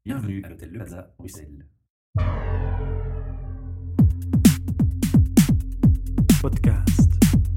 Bienvenue à l'hôtel Le Plaza, Bruxelles. Podcast.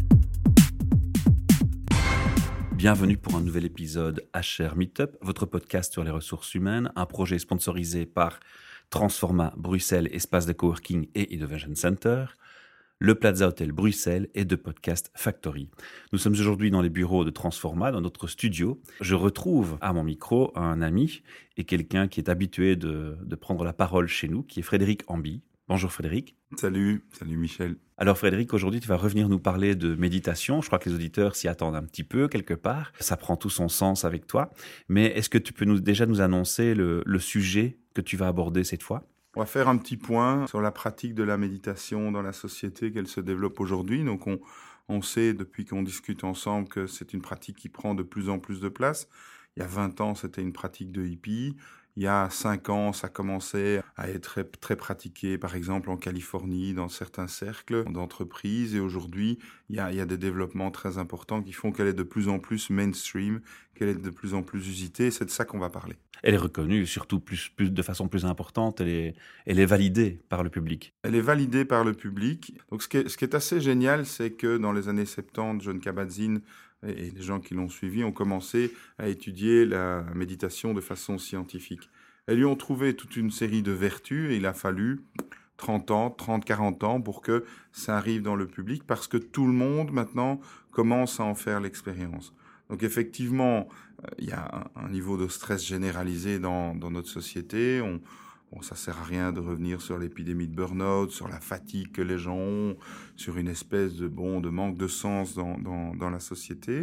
Bienvenue pour un nouvel épisode HR Meetup, votre podcast sur les ressources humaines, un projet sponsorisé par Transforma Bruxelles, espace de coworking et Innovation Center, le Plaza Hotel Bruxelles et de Podcast Factory. Nous sommes aujourd'hui dans les bureaux de Transforma, dans notre studio. Je retrouve à mon micro un ami et quelqu'un qui est habitué de prendre la parole chez nous, qui est Frédéric Amby. Bonjour Frédéric. Salut Michel. Alors Frédéric, aujourd'hui tu vas revenir nous parler de méditation. Je crois que les auditeurs s'y attendent un petit peu quelque part. Ça prend tout son sens avec toi. Mais est-ce que tu peux déjà nous annoncer le sujet que tu vas aborder cette fois ? On va faire un petit point sur la pratique de la méditation dans la société, qu'elle se développe aujourd'hui. Donc on sait depuis qu'on discute ensemble que c'est une pratique qui prend de plus en plus de place. Il y a 20 ans, c'était une pratique de hippie. Il y a 5 ans, ça commençait à être très, très pratiqué, par exemple en Californie, dans certains cercles d'entreprises. Et aujourd'hui, il y a des développements très importants qui font qu'elle est de plus en plus mainstream, qu'elle est de plus en plus usitée. C'est de ça qu'on va parler. Elle est reconnue, surtout de façon plus importante, elle est validée par le public. Elle est validée par le public. Donc ce qui est assez génial, c'est que dans les années 70, Jon Kabat-Zinn et les gens qui l'ont suivi ont commencé à étudier la méditation de façon scientifique. Elles lui ont trouvé toute une série de vertus et il a fallu 40 ans pour que ça arrive dans le public parce que tout le monde maintenant commence à en faire l'expérience. Donc effectivement, il y a un niveau de stress généralisé dans notre société. Bon, ça sert à rien de revenir sur l'épidémie de burn-out, sur la fatigue que les gens ont, sur une espèce de manque de sens dans la société.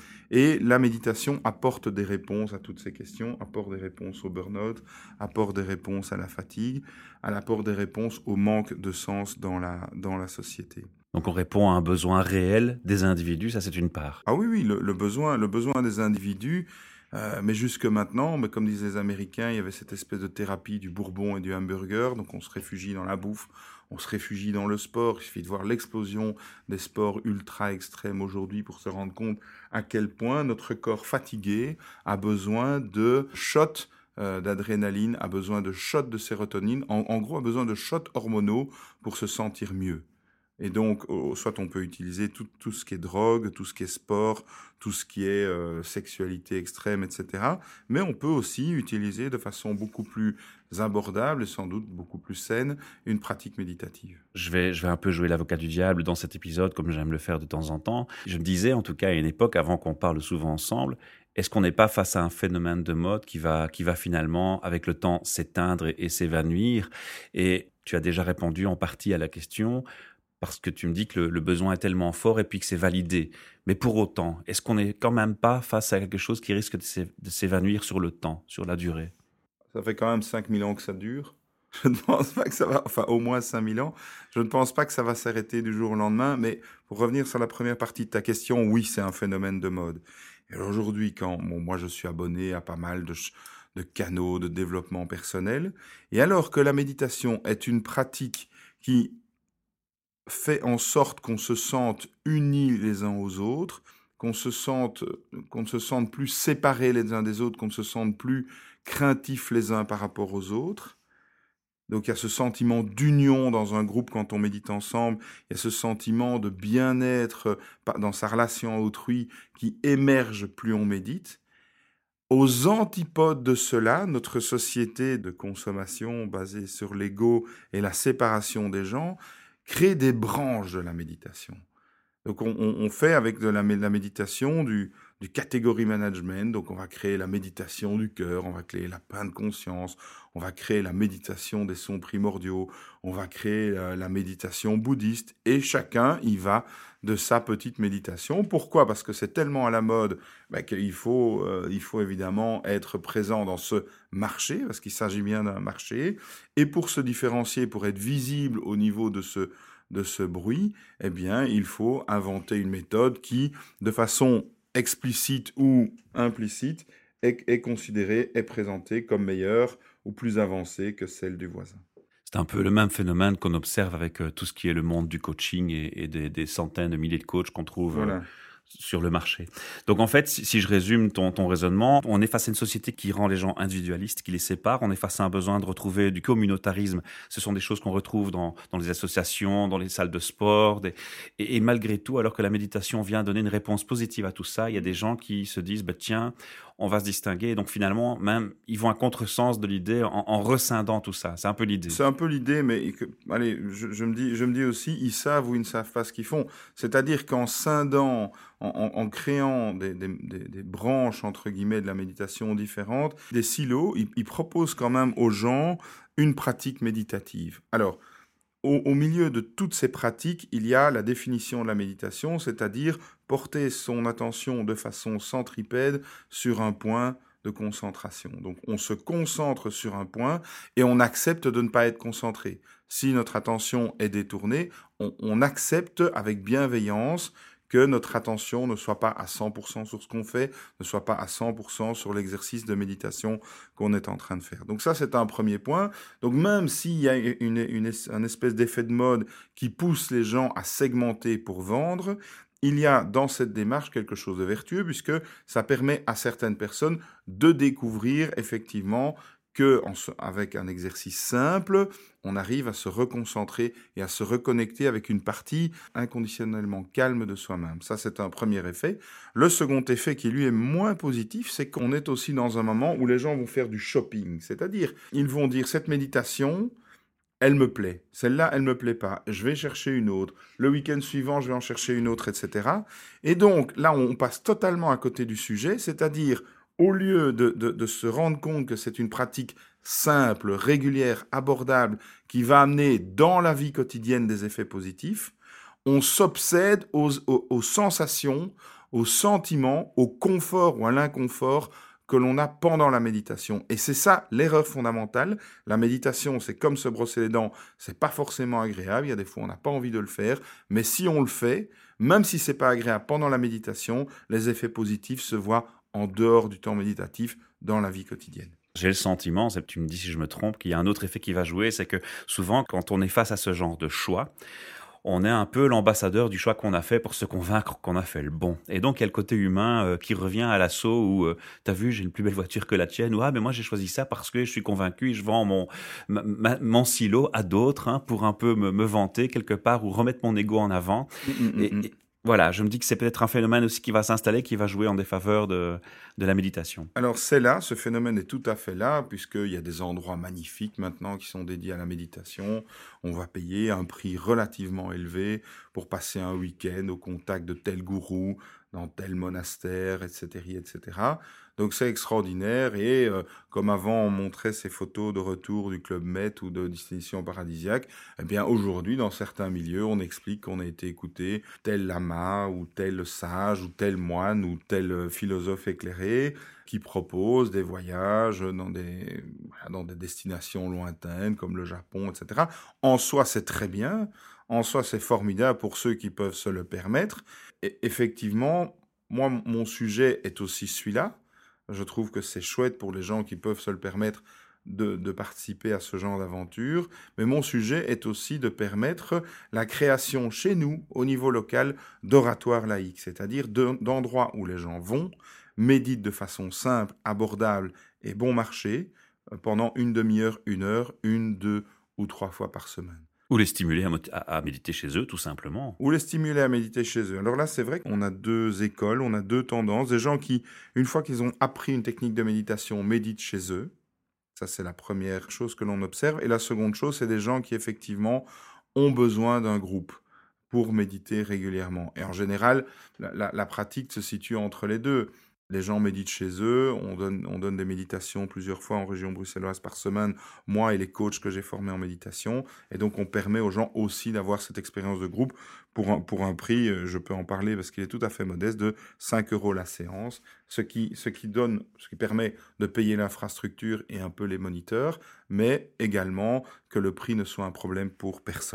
Et la méditation apporte des réponses à toutes ces questions, apporte des réponses au burn-out, apporte des réponses à la fatigue, apporte des réponses au manque de sens dans la société. Donc on répond à un besoin réel des individus, ça c'est une part. Ah oui, le besoin des individus. Mais jusque maintenant, comme disaient les Américains, il y avait cette espèce de thérapie du bourbon et du hamburger. Donc on se réfugie dans la bouffe, on se réfugie dans le sport. Il suffit de voir l'explosion des sports ultra extrêmes aujourd'hui pour se rendre compte à quel point notre corps fatigué a besoin de shots d'adrénaline, a besoin de shots de sérotonine, en gros a besoin de shots hormonaux pour se sentir mieux. Et donc, soit on peut utiliser tout ce qui est drogue, tout ce qui est sport, tout ce qui est sexualité extrême, etc. Mais on peut aussi utiliser de façon beaucoup plus abordable et sans doute beaucoup plus saine une pratique méditative. Je vais un peu jouer l'avocat du diable dans cet épisode, comme j'aime le faire de temps en temps. Je me disais, en tout cas à une époque, avant qu'on parle souvent ensemble, est-ce qu'on n'est pas face à un phénomène de mode qui va finalement, avec le temps, s'éteindre et s'évanouir ? Et tu as déjà répondu en partie à la question, parce que tu me dis que le besoin est tellement fort et puis que c'est validé. Mais pour autant, est-ce qu'on n'est quand même pas face à quelque chose qui risque de s'évanouir sur le temps, sur la durée ? Ça fait quand même 5000 ans que ça dure. Je ne pense pas que ça va, enfin au moins 5000 ans, je ne pense pas que ça va s'arrêter du jour au lendemain, mais pour revenir sur la première partie de ta question, oui, c'est un phénomène de mode. Et aujourd'hui, moi je suis abonné à pas mal de canaux de développement personnel, et alors que la méditation est une pratique qui fait en sorte qu'on se sente unis les uns aux autres, qu'on ne se sente plus séparés les uns des autres, qu'on ne se sente plus craintifs les uns par rapport aux autres. Donc il y a ce sentiment d'union dans un groupe quand on médite ensemble, il y a ce sentiment de bien-être dans sa relation à autrui qui émerge plus on médite. Aux antipodes de cela, notre société de consommation basée sur l'ego et la séparation des gens crée des branches de la méditation. Donc on fait avec de la méditation du category management, donc on va créer la méditation du cœur, on va créer la pleine conscience, on va créer la méditation des sons primordiaux, on va créer la méditation bouddhiste, et chacun y va de sa petite méditation. Pourquoi ? Parce que c'est tellement à la mode qu'il faut évidemment être présent dans ce marché, parce qu'il s'agit bien d'un marché, et pour se différencier, pour être visible au niveau de ce bruit, eh bien, il faut inventer une méthode qui, de façon explicite ou implicite, est considérée, est présentée comme meilleure ou plus avancée que celle du voisin. C'est un peu le même phénomène qu'on observe avec tout ce qui est le monde du coaching et des centaines de milliers de coachs qu'on trouve Voilà. sur le marché. Donc en fait, si je résume ton raisonnement, on est face à une société qui rend les gens individualistes, qui les sépare, on est face à un besoin de retrouver du communautarisme. Ce sont des choses qu'on retrouve dans les associations, dans les salles de sport. Et malgré tout, alors que la méditation vient donner une réponse positive à tout ça, il y a des gens qui se disent, bah, tiens, on va se distinguer. Et donc finalement, même, ils vont à contresens de l'idée en rescindant tout ça. C'est un peu l'idée. C'est un peu l'idée, mais allez, je me dis aussi, ils savent ou ils ne savent pas ce qu'ils font. C'est-à-dire qu'en scindant, en créant des branches, entre guillemets, de la méditation différentes, des silos, ils proposent quand même aux gens une pratique méditative. Alors, au milieu de toutes ces pratiques, il y a la définition de la méditation, c'est-à-dire porter son attention de façon centripède sur un point de concentration. Donc on se concentre sur un point et on accepte de ne pas être concentré. Si notre attention est détournée, on accepte avec bienveillance que notre attention ne soit pas à 100% sur ce qu'on fait, ne soit pas à 100% sur l'exercice de méditation qu'on est en train de faire. Donc ça, c'est un premier point. Donc même s'il y a un espèce d'effet de mode qui pousse les gens à segmenter pour vendre, il y a dans cette démarche quelque chose de vertueux puisque ça permet à certaines personnes de découvrir effectivement qu'avec un exercice simple, on arrive à se reconcentrer et à se reconnecter avec une partie inconditionnellement calme de soi-même. Ça, c'est un premier effet. Le second effet qui, lui, est moins positif, c'est qu'on est aussi dans un moment où les gens vont faire du shopping. C'est-à-dire, ils vont dire, cette méditation, elle me plaît. Celle-là, elle me plaît pas. Je vais chercher une autre. Le week-end suivant, je vais en chercher une autre, etc. Et donc, là, on passe totalement à côté du sujet, c'est-à-dire, au lieu de se rendre compte que c'est une pratique simple, régulière, abordable, qui va amener dans la vie quotidienne des effets positifs, on s'obsède aux sensations, aux sentiments, au confort ou à l'inconfort que l'on a pendant la méditation. Et c'est ça l'erreur fondamentale. La méditation, c'est comme se brosser les dents, c'est pas forcément agréable, il y a des fois on n'a pas envie de le faire, mais si on le fait, même si c'est pas agréable pendant la méditation, les effets positifs se voient en dehors du temps méditatif dans la vie quotidienne. J'ai le sentiment, tu me dis si je me trompe, qu'il y a un autre effet qui va jouer, c'est que souvent, quand on est face à ce genre de choix, on est un peu l'ambassadeur du choix qu'on a fait pour se convaincre qu'on a fait le bon. Et donc, il y a le côté humain qui revient à l'assaut où, t'as vu, j'ai une plus belle voiture que la tienne, ou ah, mais moi j'ai choisi ça parce que je suis convaincu et je vends mon silo à d'autres pour un peu me vanter quelque part ou remettre mon ego en avant. Et voilà, je me dis que c'est peut-être un phénomène aussi qui va s'installer, qui va jouer en défaveur de la méditation. Alors c'est là, ce phénomène est tout à fait là, puisqu'il y a des endroits magnifiques maintenant qui sont dédiés à la méditation. On va payer un prix relativement élevé pour passer un week-end au contact de tel gourou, dans tel monastère, etc., etc. Donc c'est extraordinaire et comme avant on montrait ces photos de retour du Club Med ou de destination paradisiaque, eh bien aujourd'hui dans certains milieux on explique qu'on a été écouté tel lama ou tel sage ou tel moine ou tel philosophe éclairé qui propose des voyages dans des destinations lointaines comme le Japon, etc. En soi c'est très bien, en soi c'est formidable pour ceux qui peuvent se le permettre. Et effectivement, moi mon sujet est aussi celui-là. Je trouve que c'est chouette pour les gens qui peuvent se le permettre de participer à ce genre d'aventure. Mais mon sujet est aussi de permettre la création chez nous, au niveau local, d'oratoires laïques, c'est-à-dire d'endroits où les gens vont, méditent de façon simple, abordable et bon marché pendant une demi-heure, une heure, 2 ou 3 fois par semaine. Ou les stimuler à méditer chez eux, tout simplement. Ou les stimuler à méditer chez eux. Alors là, c'est vrai qu'on a deux écoles, on a deux tendances. Des gens qui, une fois qu'ils ont appris une technique de méditation, méditent chez eux. Ça, c'est la première chose que l'on observe. Et la seconde chose, c'est des gens qui, effectivement, ont besoin d'un groupe pour méditer régulièrement. Et en général, la pratique se situe entre les deux. Les gens méditent chez eux, on donne des méditations plusieurs fois en région bruxelloise par semaine, moi et les coachs que j'ai formés en méditation. Et donc, on permet aux gens aussi d'avoir cette expérience de groupe pour un prix, je peux en parler parce qu'il est tout à fait modeste, de 5 € la séance, ce qui permet de payer l'infrastructure et un peu les moniteurs, mais également que le prix ne soit un problème pour personne.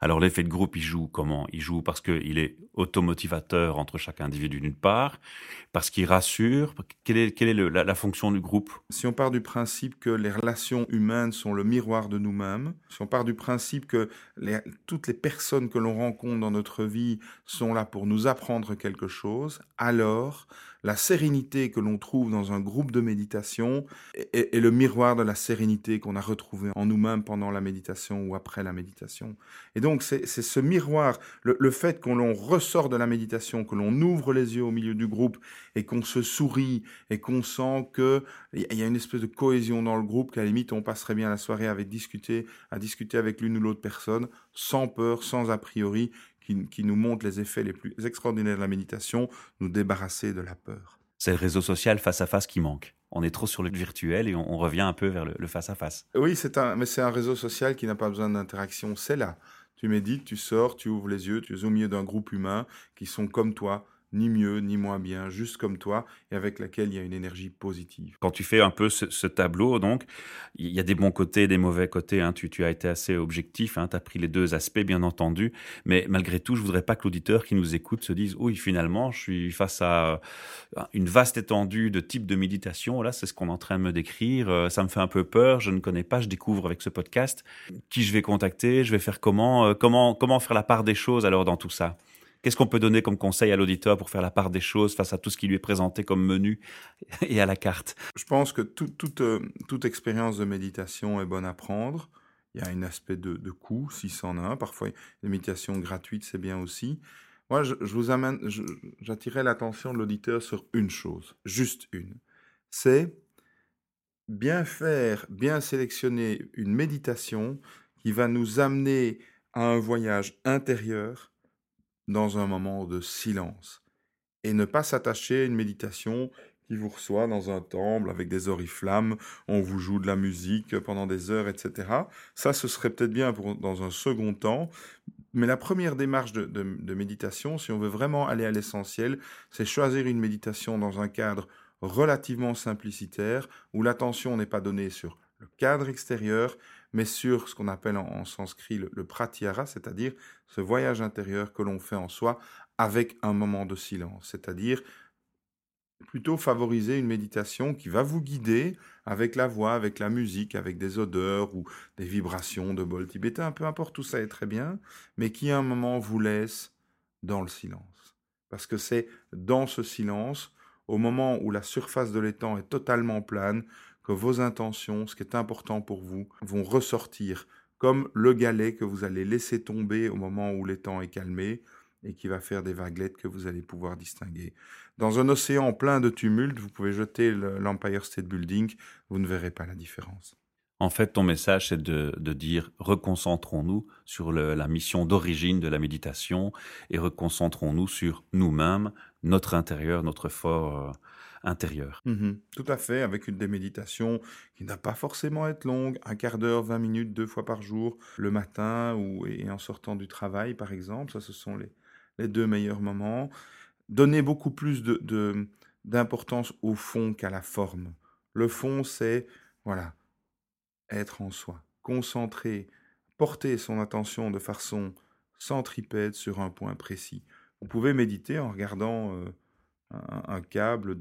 Alors l'effet de groupe, il joue comment? Il joue parce qu'il est automotivateur entre chaque individu d'une part, parce qu'il rassure. Quelle est la fonction du groupe? Si on part du principe que les relations humaines sont le miroir de nous-mêmes, si on part du principe que toutes les personnes que l'on rencontre dans notre vie sont là pour nous apprendre quelque chose, alors la sérénité que l'on trouve dans un groupe de méditation est le miroir de la sérénité qu'on a retrouvée en nous-mêmes pendant la méditation ou après la méditation. Et donc c'est ce miroir, le fait qu'on l'on ressort de la méditation, que l'on ouvre les yeux au milieu du groupe et qu'on se sourit et qu'on sent que il y a une espèce de cohésion dans le groupe, qu'à la limite, on passerait bien la soirée à discuter avec l'une ou l'autre personne, sans peur, sans a priori, qui nous montre les effets les plus extraordinaires de la méditation, nous débarrasser de la peur. C'est le réseau social face à face qui manque. On est trop sur le virtuel et on revient un peu vers le face à face. Oui, mais c'est un réseau social qui n'a pas besoin d'interaction, c'est là. Tu médites, tu sors, tu ouvres les yeux, tu es au milieu d'un groupe humain qui sont comme toi, ni mieux ni moins bien, juste comme toi, et avec laquelle il y a une énergie positive. Quand tu fais un peu ce tableau, donc, il y a des bons côtés, des mauvais côtés. Hein. Tu as été assez objectif, hein, tu as pris les deux aspects, bien entendu. Mais malgré tout, je voudrais pas que l'auditeur qui nous écoute se dise « Oui, finalement, je suis face à une vaste étendue de types de méditation. Là, c'est ce qu'on est en train de me décrire. Ça me fait un peu peur, je ne connais pas, je découvre avec ce podcast. Qui je vais contacter? Je vais faire comment? Comment faire la part des choses alors dans tout ça ?» Qu'est-ce qu'on peut donner comme conseil à l'auditeur pour faire la part des choses face à tout ce qui lui est présenté comme menu et à la carte? Je pense que toute expérience de méditation est bonne à prendre. Il y a un aspect de coût, si c'en a un. Parfois, les méditations gratuites, c'est bien aussi. Moi, j'attirais l'attention de l'auditeur sur une chose, juste une. C'est bien faire, bien sélectionner une méditation qui va nous amener à un voyage intérieur dans un moment de silence. Et ne pas s'attacher à une méditation qui vous reçoit dans un temple avec des oriflammes, on vous joue de la musique pendant des heures, etc. Ça, ce serait peut-être bien dans un second temps. Mais la première démarche de méditation, si on veut vraiment aller à l'essentiel, c'est choisir une méditation dans un cadre relativement simplicitaire, où l'attention n'est pas donnée sur le cadre extérieur, mais sur ce qu'on appelle en sanskrit le pratyahara, c'est-à-dire ce voyage intérieur que l'on fait en soi avec un moment de silence, c'est-à-dire plutôt favoriser une méditation qui va vous guider avec la voix, avec la musique, avec des odeurs ou des vibrations de bol tibétain, peu importe, tout ça est très bien, mais qui à un moment vous laisse dans le silence. Parce que c'est dans ce silence, au moment où la surface de l'étang est totalement plane, que vos intentions, ce qui est important pour vous, vont ressortir comme le galet que vous allez laisser tomber au moment où l'étang est calmé et qui va faire des vaguelettes que vous allez pouvoir distinguer. Dans un océan plein de tumulte, vous pouvez jeter l'Empire State Building, vous ne verrez pas la différence. En fait, ton message, c'est de dire reconcentrons-nous sur la mission d'origine de la méditation et reconcentrons-nous sur nous-mêmes, notre intérieur, notre fort intérieur. Tout à fait, avec une des méditations qui n'a pas forcément à être longue, 1/4 d'heure, 20 minutes, 2 fois par jour, le matin et en sortant du travail, par exemple. Ça, ce sont les deux meilleurs moments. Donner beaucoup plus d'importance au fond qu'à la forme. Le fond, c'est, voilà, être en soi, concentrer, porter son attention de façon centripète sur un point précis. Vous pouvez méditer en regardant un câble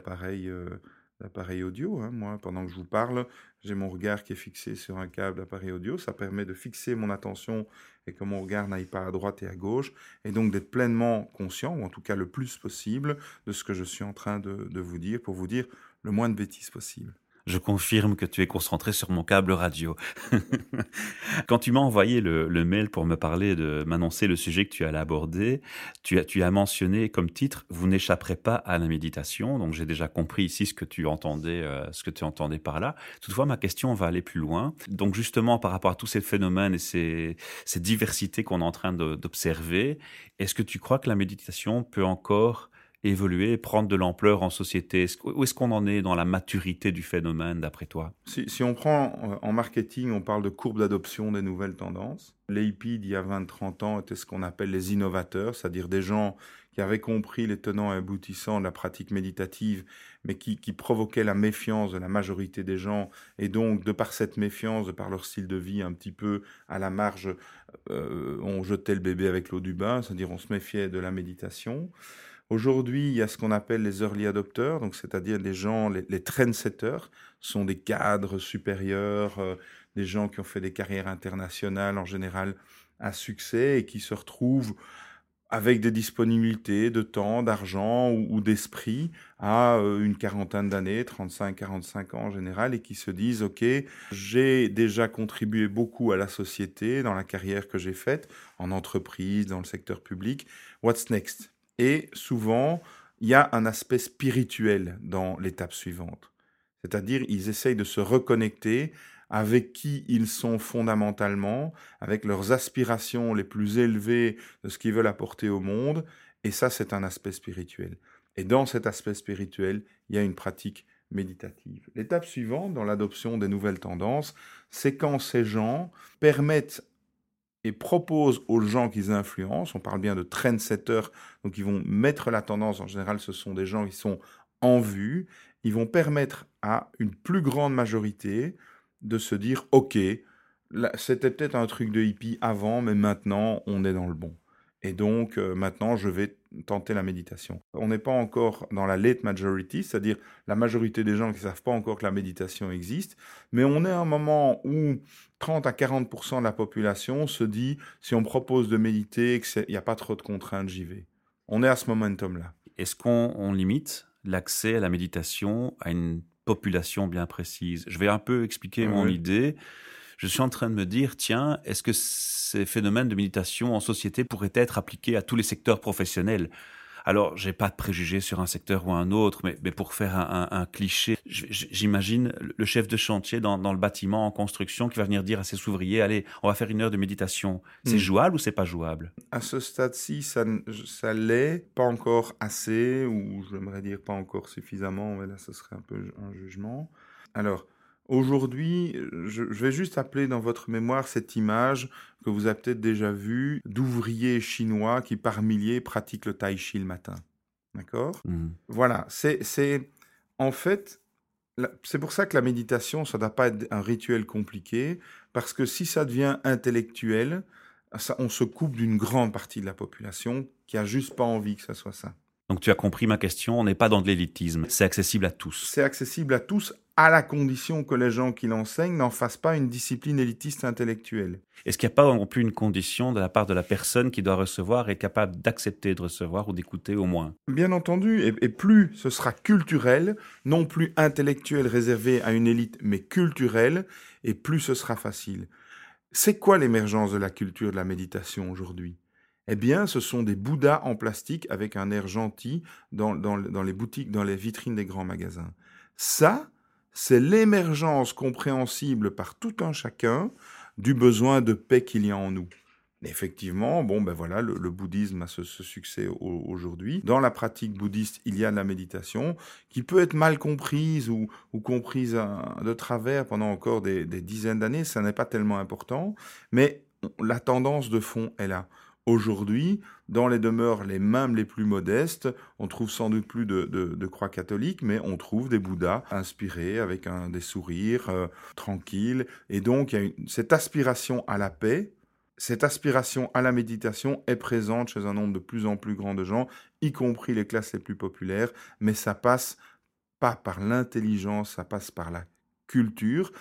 d'appareil audio. Hein. Moi, pendant que je vous parle, j'ai mon regard qui est fixé sur un câble d'appareil audio. Ça permet de fixer mon attention et que mon regard n'aille pas à droite et à gauche, et donc d'être pleinement conscient, ou en tout cas le plus possible, de ce que je suis en train de vous dire, pour vous dire le moins de bêtises possible. Je confirme que tu es concentré sur mon câble radio. Quand tu m'as envoyé le mail pour m'annoncer le sujet que tu allais aborder, tu as mentionné comme titre « Vous n'échapperez pas à la méditation ». Donc j'ai déjà compris ici ce que tu entendais par là. Toutefois, ma question va aller plus loin. Donc justement, par rapport à tous ces phénomènes et ces diversités qu'on est en train d'observer, est-ce que tu crois que la méditation peut encore évoluer, prendre de l'ampleur en société? Où est-ce qu'on en est dans la maturité du phénomène, d'après toi? Si on prend en marketing, on parle de courbe d'adoption des nouvelles tendances. Les hippies d'il y a 20-30 ans étaient ce qu'on appelle les innovateurs, c'est-à-dire des gens qui avaient compris les tenants et aboutissants de la pratique méditative, mais qui provoquaient la méfiance de la majorité des gens, et donc, de par cette méfiance, de par leur style de vie un petit peu à la marge, on jetait le bébé avec l'eau du bain, c'est-à-dire on se méfiait de la méditation. Aujourd'hui, il y a ce qu'on appelle les early adopters, donc c'est-à-dire les gens, les trendsetters, sont des cadres supérieurs, des gens qui ont fait des carrières internationales en général à succès et qui se retrouvent avec des disponibilités de temps, d'argent ou d'esprit à une quarantaine d'années, 35-45 ans en général, et qui se disent, OK, j'ai déjà contribué beaucoup à la société dans la carrière que j'ai faite, en entreprise, dans le secteur public, what's next? Et souvent, il y a un aspect spirituel dans l'étape suivante. C'est-à-dire, ils essayent de se reconnecter avec qui ils sont fondamentalement, avec leurs aspirations les plus élevées de ce qu'ils veulent apporter au monde. Et ça, c'est un aspect spirituel. Et dans cet aspect spirituel, il y a une pratique méditative. L'étape suivante, dans l'adoption des nouvelles tendances, c'est quand ces gens permettent et proposent aux gens qu'ils influencent, on parle bien de trendsetters, donc ils vont mettre la tendance, en général ce sont des gens qui sont en vue, ils vont permettre à une plus grande majorité de se dire « Ok, c'était peut-être un truc de hippie avant, mais maintenant on est dans le bon. » Et donc maintenant je vais tenter la méditation. On n'est pas encore dans la late majority, c'est-à-dire la majorité des gens qui ne savent pas encore que la méditation existe, mais on est à un moment où 30 à 40% de la population se dit, si on me propose de méditer, qu'il n'y a pas trop de contraintes, j'y vais. On est à ce momentum-là. Est-ce qu'on limite l'accès à la méditation à une population bien précise? Je vais un peu expliquer mon idée. Je suis en train de me dire, tiens, est-ce que ces phénomènes de méditation en société pourraient être appliqués à tous les secteurs professionnels? Alors, j'ai pas de préjugés sur un secteur ou un autre, mais pour faire un cliché, j'imagine le chef de chantier dans le bâtiment en construction qui va venir dire à ses ouvriers, allez, on va faire 1 heure de méditation. C'est jouable ou c'est pas jouable? À ce stade-ci, ça l'est, pas encore assez, ou j'aimerais dire pas encore suffisamment, mais là, ce serait un peu un jugement. Alors, aujourd'hui, je vais juste appeler dans votre mémoire cette image que vous avez peut-être déjà vue d'ouvriers chinois qui, par milliers, pratiquent le tai chi le matin. D'accord? Voilà, en fait, c'est pour ça que la méditation, ça ne doit pas être un rituel compliqué, parce que si ça devient intellectuel, on se coupe d'une grande partie de la population qui a juste pas envie que ça soit ça. Donc tu as compris ma question, on n'est pas dans de l'élitisme, c'est accessible à tous. C'est accessible à tous, à la condition que les gens qui l'enseignent n'en fassent pas une discipline élitiste intellectuelle. Est-ce qu'il n'y a pas non plus une condition de la part de la personne qui doit recevoir, être capable d'accepter de recevoir ou d'écouter au moins? Bien entendu, et plus ce sera culturel, non plus intellectuel réservé à une élite, mais culturel, et plus ce sera facile. C'est quoi l'émergence de la culture de la méditation aujourd'hui? Eh bien, ce sont des bouddhas en plastique avec un air gentil dans les boutiques, dans les vitrines des grands magasins. Ça, c'est l'émergence compréhensible par tout un chacun du besoin de paix qu'il y a en nous. Effectivement, voilà, le bouddhisme a ce succès aujourd'hui. Dans la pratique bouddhiste, il y a de la méditation qui peut être mal comprise ou comprise de travers pendant encore des dizaines d'années. Ça n'est pas tellement important, mais la tendance de fond est là. Aujourd'hui, dans les demeures même les plus modestes, on trouve sans doute plus de croix catholiques, mais on trouve des bouddhas inspirés avec des sourires tranquilles. Et donc, il y a cette aspiration à la paix. Cette aspiration à la méditation est présente chez un nombre de plus en plus grand de gens, y compris les classes les plus populaires, mais ça passe pas par l'intelligence, ça passe par la culture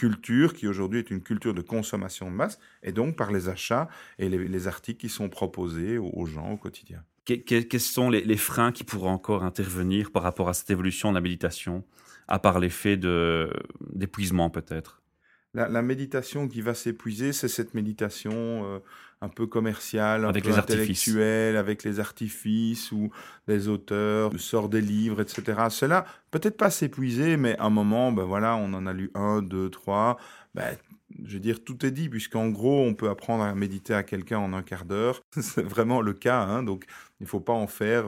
qui aujourd'hui est une culture de consommation de masse, et donc par les achats et les articles qui sont proposés aux gens au quotidien. Quels sont les freins qui pourraient encore intervenir par rapport à cette évolution de la méditation, à part l'effet d'épuisement peut-être? La méditation qui va s'épuiser, c'est cette méditation un peu commerciale, avec un peu les artifices. intellectuelle, avec les artifices où les auteurs sortent des livres, etc. Cela peut-être pas s'épuiser, mais à un moment, voilà, on en a lu 1, 2, 3. Je veux dire, tout est dit, puisqu'en gros, on peut apprendre à méditer à quelqu'un en un quart d'heure. C'est vraiment le cas, hein, donc il ne faut pas en faire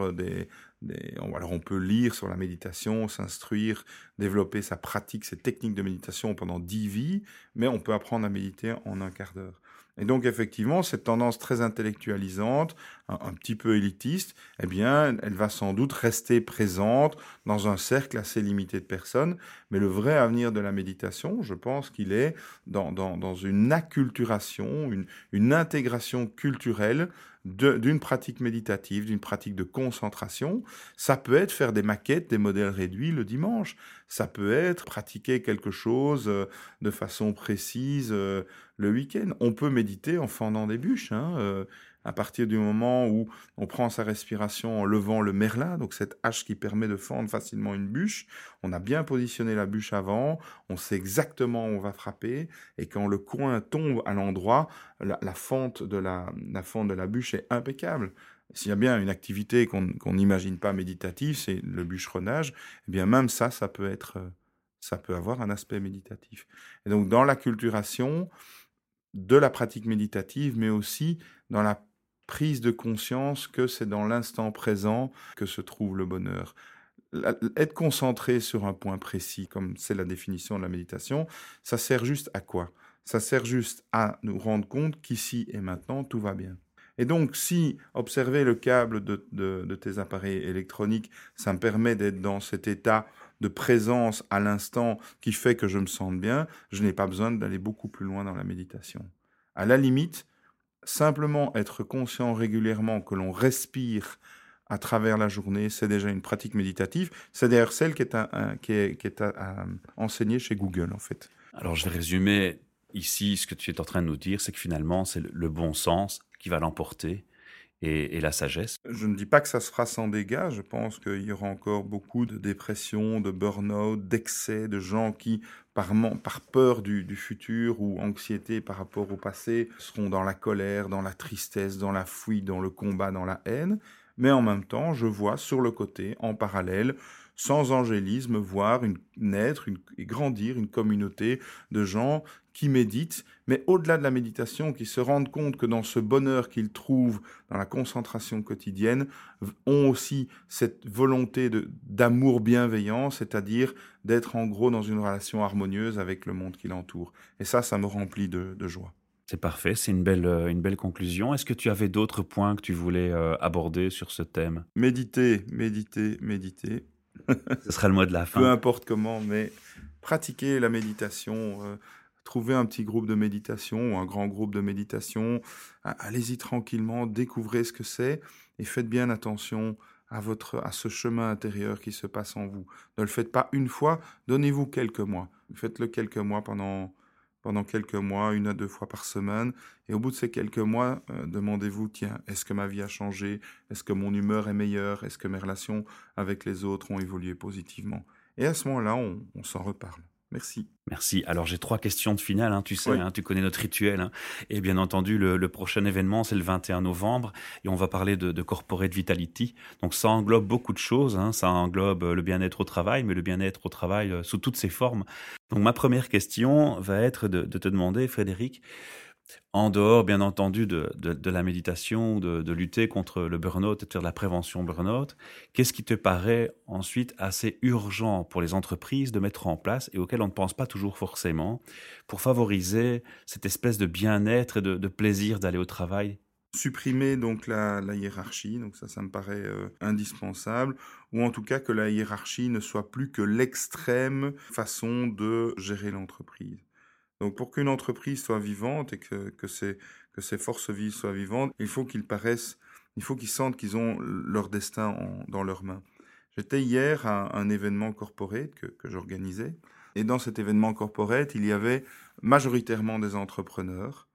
Alors on peut lire sur la méditation, s'instruire, développer sa pratique, ses techniques de méditation pendant 10 vies, mais on peut apprendre à méditer en un quart d'heure. Et donc, effectivement, cette tendance très intellectualisante, un petit peu élitiste, eh bien, elle va sans doute rester présente dans un cercle assez limité de personnes. Mais le vrai avenir de la méditation, je pense qu'il est dans une acculturation, une intégration culturelle d'une pratique méditative, d'une pratique de concentration. Ça peut être faire des maquettes, des modèles réduits le dimanche. Ça peut être pratiquer quelque chose de façon précise le week-end. On peut méditer en fendant des bûches, hein, à partir du moment où on prend sa respiration en levant le merlin, donc cette hache qui permet de fendre facilement une bûche. On a bien positionné la bûche avant, on sait exactement où on va frapper, et quand le coin tombe à l'endroit, la fente de la bûche est impeccable. S'il y a bien une activité qu'on n'imagine pas méditative, c'est le bûcheronnage, eh bien même ça peut avoir un aspect méditatif. Et donc dans l'acculturation de la pratique méditative, mais aussi dans la prise de conscience que c'est dans l'instant présent que se trouve le bonheur. Être concentré sur un point précis, comme c'est la définition de la méditation, ça sert juste à quoi? Ça sert juste à nous rendre compte qu'ici et maintenant, tout va bien. Et donc, si observer le câble de tes appareils électroniques, ça me permet d'être dans cet état de présence à l'instant qui fait que je me sente bien, je n'ai pas besoin d'aller beaucoup plus loin dans la méditation. À la limite, simplement être conscient régulièrement que l'on respire à travers la journée, c'est déjà une pratique méditative. C'est d'ailleurs celle qui est enseignée chez Google, en fait. Alors, je vais résumer ici ce que tu es en train de nous dire, c'est que finalement, c'est le bon sens qui va l'emporter et la sagesse. Je ne dis pas que ça se fera sans dégâts. Je pense qu'il y aura encore beaucoup de dépression, de burn-out, d'excès, de gens qui, par peur du futur ou anxiété par rapport au passé, seront dans la colère, dans la tristesse, dans la fuite, dans le combat, dans la haine. Mais en même temps, je vois sur le côté, en parallèle, sans angélisme, voir naître et grandir une communauté de gens qui méditent, mais au-delà de la méditation, qui se rendent compte que dans ce bonheur qu'ils trouvent dans la concentration quotidienne, ont aussi cette volonté d'amour bienveillant, c'est-à-dire d'être en gros dans une relation harmonieuse avec le monde qui l'entoure. Et ça me remplit de joie. C'est parfait, c'est une belle conclusion. Est-ce que tu avais d'autres points que tu voulais aborder sur ce thème? Méditer, méditer, méditer. Ce sera le mot de la Peu fin. importe comment, mais pratiquer la méditation, trouver un petit groupe de méditation ou un grand groupe de méditation, allez-y tranquillement, découvrez ce que c'est et faites bien attention à ce chemin intérieur qui se passe en vous. Ne le faites pas une fois, donnez-vous quelques mois. Faites-le quelques mois pendant quelques mois, 1 à 2 fois par semaine. Et au bout de ces quelques mois, demandez-vous, tiens, est-ce que ma vie a changé? Est-ce que mon humeur est meilleure? Est-ce que mes relations avec les autres ont évolué positivement? Et à ce moment-là, on s'en reparle. Merci. Merci. Alors j'ai 3 questions de finale, hein, tu sais, Oui. hein, tu connais notre rituel, hein. Et bien entendu, le prochain événement, c'est le 21 novembre et on va parler de Corporate Vitality. Donc ça englobe beaucoup de choses, hein. Ça englobe le bien-être au travail, mais le bien-être au travail sous toutes ses formes. Donc ma première question va être de te demander, Frédéric, en dehors, bien entendu, de la méditation, de lutter contre le burn-out et de faire de la prévention burn-out, qu'est-ce qui te paraît ensuite assez urgent pour les entreprises de mettre en place et auquel on ne pense pas toujours forcément pour favoriser cette espèce de bien-être et de plaisir d'aller au travail? Supprimer donc la hiérarchie, donc ça me paraît indispensable, ou en tout cas que la hiérarchie ne soit plus que l'extrême façon de gérer l'entreprise. Donc pour qu'une entreprise soit vivante et que ses forces vives soient vivantes, il faut qu'ils sentent qu'ils ont leur destin dans leurs mains. J'étais hier à un événement corporate que j'organisais, et dans cet événement corporate, il y avait majoritairement des entrepreneurs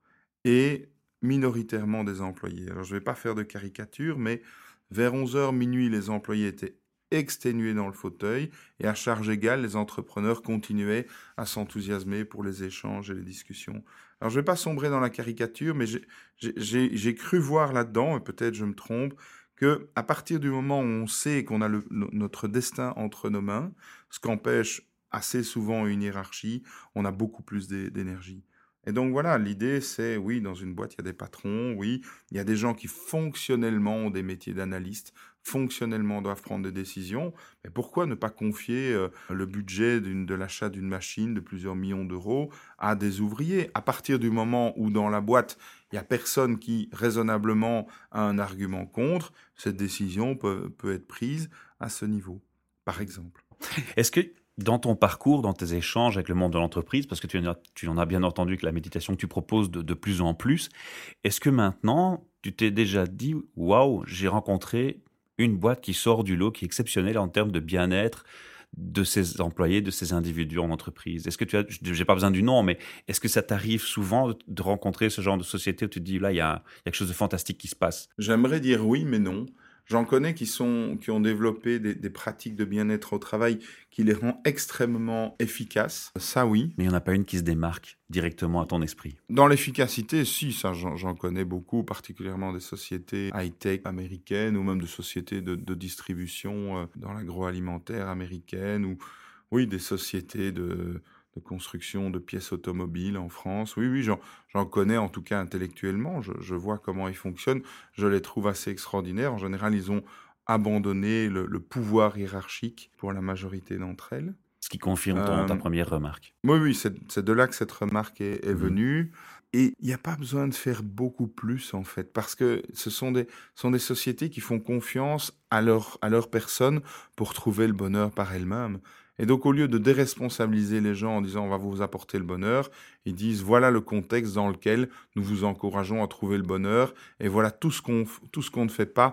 et minoritairement des employés. Alors je ne vais pas faire de caricature, mais vers 11h, minuit, les employés étaient exténués dans le fauteuil et à charge égale, les entrepreneurs continuaient à s'enthousiasmer pour les échanges et les discussions. Alors je ne vais pas sombrer dans la caricature, mais j'ai cru voir là-dedans, et peut-être je me trompe, que à partir du moment où on sait qu'on a notre destin entre nos mains, ce qu'empêche assez souvent une hiérarchie, on a beaucoup plus d'énergie. Et donc voilà, l'idée c'est, oui, dans une boîte, il y a des patrons, oui, il y a des gens qui fonctionnellement ont des métiers d'analyste, fonctionnellement doivent prendre des décisions, mais pourquoi ne pas confier le budget de l'achat d'une machine de plusieurs millions d'euros à des ouvriers? À partir du moment où dans la boîte, il n'y a personne qui raisonnablement a un argument contre, cette décision peut être prise à ce niveau, par exemple. Est-ce que dans ton parcours, dans tes échanges avec le monde de l'entreprise, parce que tu en as bien entendu que la méditation que tu proposes de plus en plus, est-ce que maintenant, tu t'es déjà dit, waouh, j'ai rencontré une boîte qui sort du lot, qui est exceptionnelle en termes de bien-être de ses employés, de ses individus en entreprise? Est-ce que j'ai pas besoin du nom, mais est-ce que ça t'arrive souvent de rencontrer ce genre de société où tu te dis, là, il y a quelque chose de fantastique qui se passe? J'aimerais dire oui, mais non. J'en connais qui ont développé des pratiques de bien-être au travail qui les rend extrêmement efficaces. Ça, oui. Mais il n'y en a pas une qui se démarque directement à ton esprit. Dans l'efficacité, si, ça, j'en connais beaucoup, particulièrement des sociétés high-tech américaines ou même de sociétés de distribution dans l'agroalimentaire américaine ou, oui, des sociétés de construction de pièces automobiles en France. Oui, oui, j'en connais en tout cas intellectuellement. Je vois comment ils fonctionnent. Je les trouve assez extraordinaires. En général, ils ont abandonné le pouvoir hiérarchique pour la majorité d'entre elles. Ce qui confirme ta première remarque. Oui, oui, c'est de là que cette remarque est Mhm. venue. Et il n'y a pas besoin de faire beaucoup plus, en fait, parce que ce sont des sociétés qui font confiance à leur personne pour trouver le bonheur par elles-mêmes. Et donc, au lieu de déresponsabiliser les gens en disant on va vous apporter le bonheur, ils disent voilà le contexte dans lequel nous vous encourageons à trouver le bonheur et voilà tout ce qu'on ne fait pas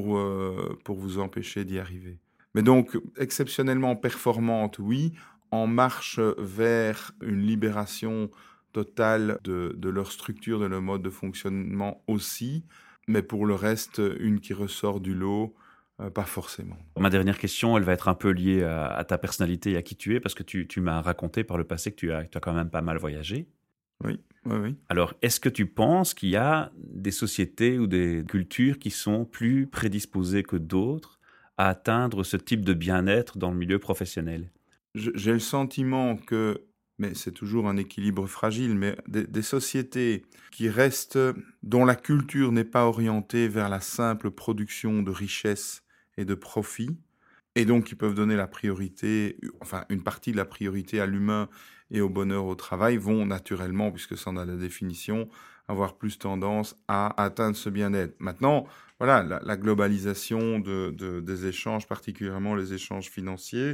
pour vous empêcher d'y arriver. Mais donc, exceptionnellement performante, oui, en marche vers une libération totale de leur structure, de leur mode de fonctionnement aussi, mais pour le reste, une qui ressort du lot, pas forcément. Ma dernière question, elle va être un peu liée à ta personnalité et à qui tu es, parce que tu m'as raconté par le passé que tu as quand même pas mal voyagé. Oui, oui, oui. Alors, est-ce que tu penses qu'il y a des sociétés ou des cultures qui sont plus prédisposées que d'autres à atteindre ce type de bien-être dans le milieu professionnel? J'ai le sentiment que, mais c'est toujours un équilibre fragile, mais des sociétés qui restent, dont la culture n'est pas orientée vers la simple production de richesses et de profits, et donc qui peuvent donner la priorité, enfin une partie de la priorité à l'humain et au bonheur au travail, vont naturellement, puisque ça en a la définition, avoir plus tendance à atteindre ce bien-être. Maintenant, voilà, la globalisation des échanges, particulièrement les échanges financiers,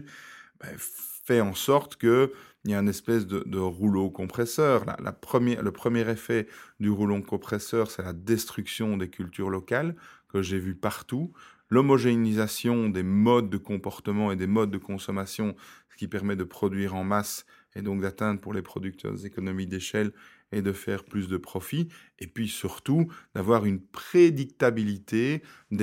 fait en sorte qu'il y a une espèce de rouleau compresseur. Le premier effet du rouleau compresseur, c'est la destruction des cultures locales que j'ai vu partout, l'homogénéisation des modes de comportement et des modes de consommation, ce qui permet de produire en masse et donc d'atteindre pour les producteurs des économies d'échelle et de faire plus de profit, et puis surtout d'avoir une prédictabilité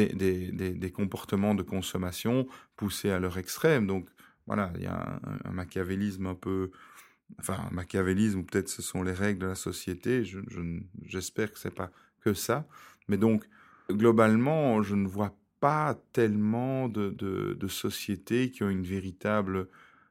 des comportements de consommation poussés à leur extrême. Donc, voilà, il y a un machiavélisme un peu... Enfin, un machiavélisme, ou peut-être ce sont les règles de la société, j'espère que c'est pas que ça. Mais donc, globalement, je ne vois pas tellement de sociétés qui ont une véritable,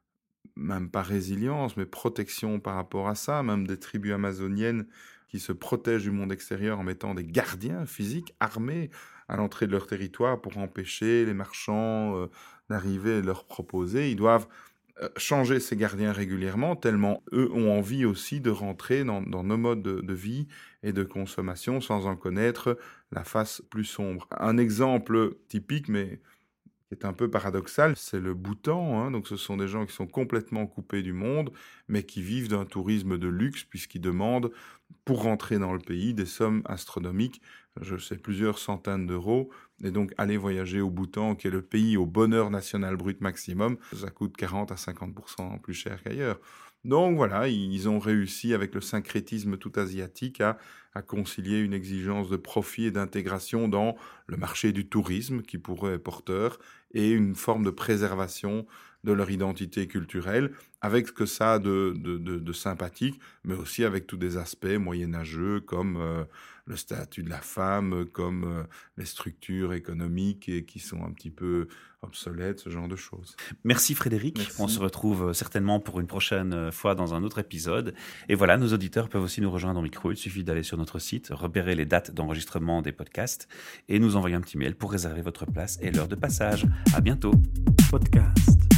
même pas résilience, mais protection par rapport à ça, même des tribus amazoniennes qui se protègent du monde extérieur en mettant des gardiens physiques armés à l'entrée de leur territoire pour empêcher les marchands d'arriver et de leur proposer. Ils doivent changer ces gardiens régulièrement, tellement eux ont envie aussi de rentrer dans nos modes de vie et de consommation sans en connaître la face plus sombre. Un exemple typique, mais qui est un peu paradoxal, c'est le Bhoutan, hein. Donc ce sont des gens qui sont complètement coupés du monde, mais qui vivent d'un tourisme de luxe, puisqu'ils demandent, pour rentrer dans le pays, des sommes astronomiques, je sais, plusieurs centaines d'euros. Et donc aller voyager au Bhoutan, qui est le pays au bonheur national brut maximum, ça coûte 40 à 50% plus cher qu'ailleurs. Donc voilà, ils ont réussi avec le syncrétisme tout asiatique à concilier une exigence de profit et d'intégration dans le marché du tourisme, qui pour eux est porteur, et une forme de préservation de leur identité culturelle, avec ce que ça a de sympathique, mais aussi avec tous des aspects moyenâgeux comme le statut de la femme, comme les structures économiques et qui sont un petit peu obsolètes, ce genre de choses. Merci Frédéric. Merci. On se retrouve certainement pour une prochaine fois dans un autre épisode. Et voilà, nos auditeurs peuvent aussi nous rejoindre au micro. Il suffit d'aller sur notre site, repérer les dates d'enregistrement des podcasts et nous envoyer un petit mail pour réserver votre place et l'heure de passage. À bientôt. Podcast.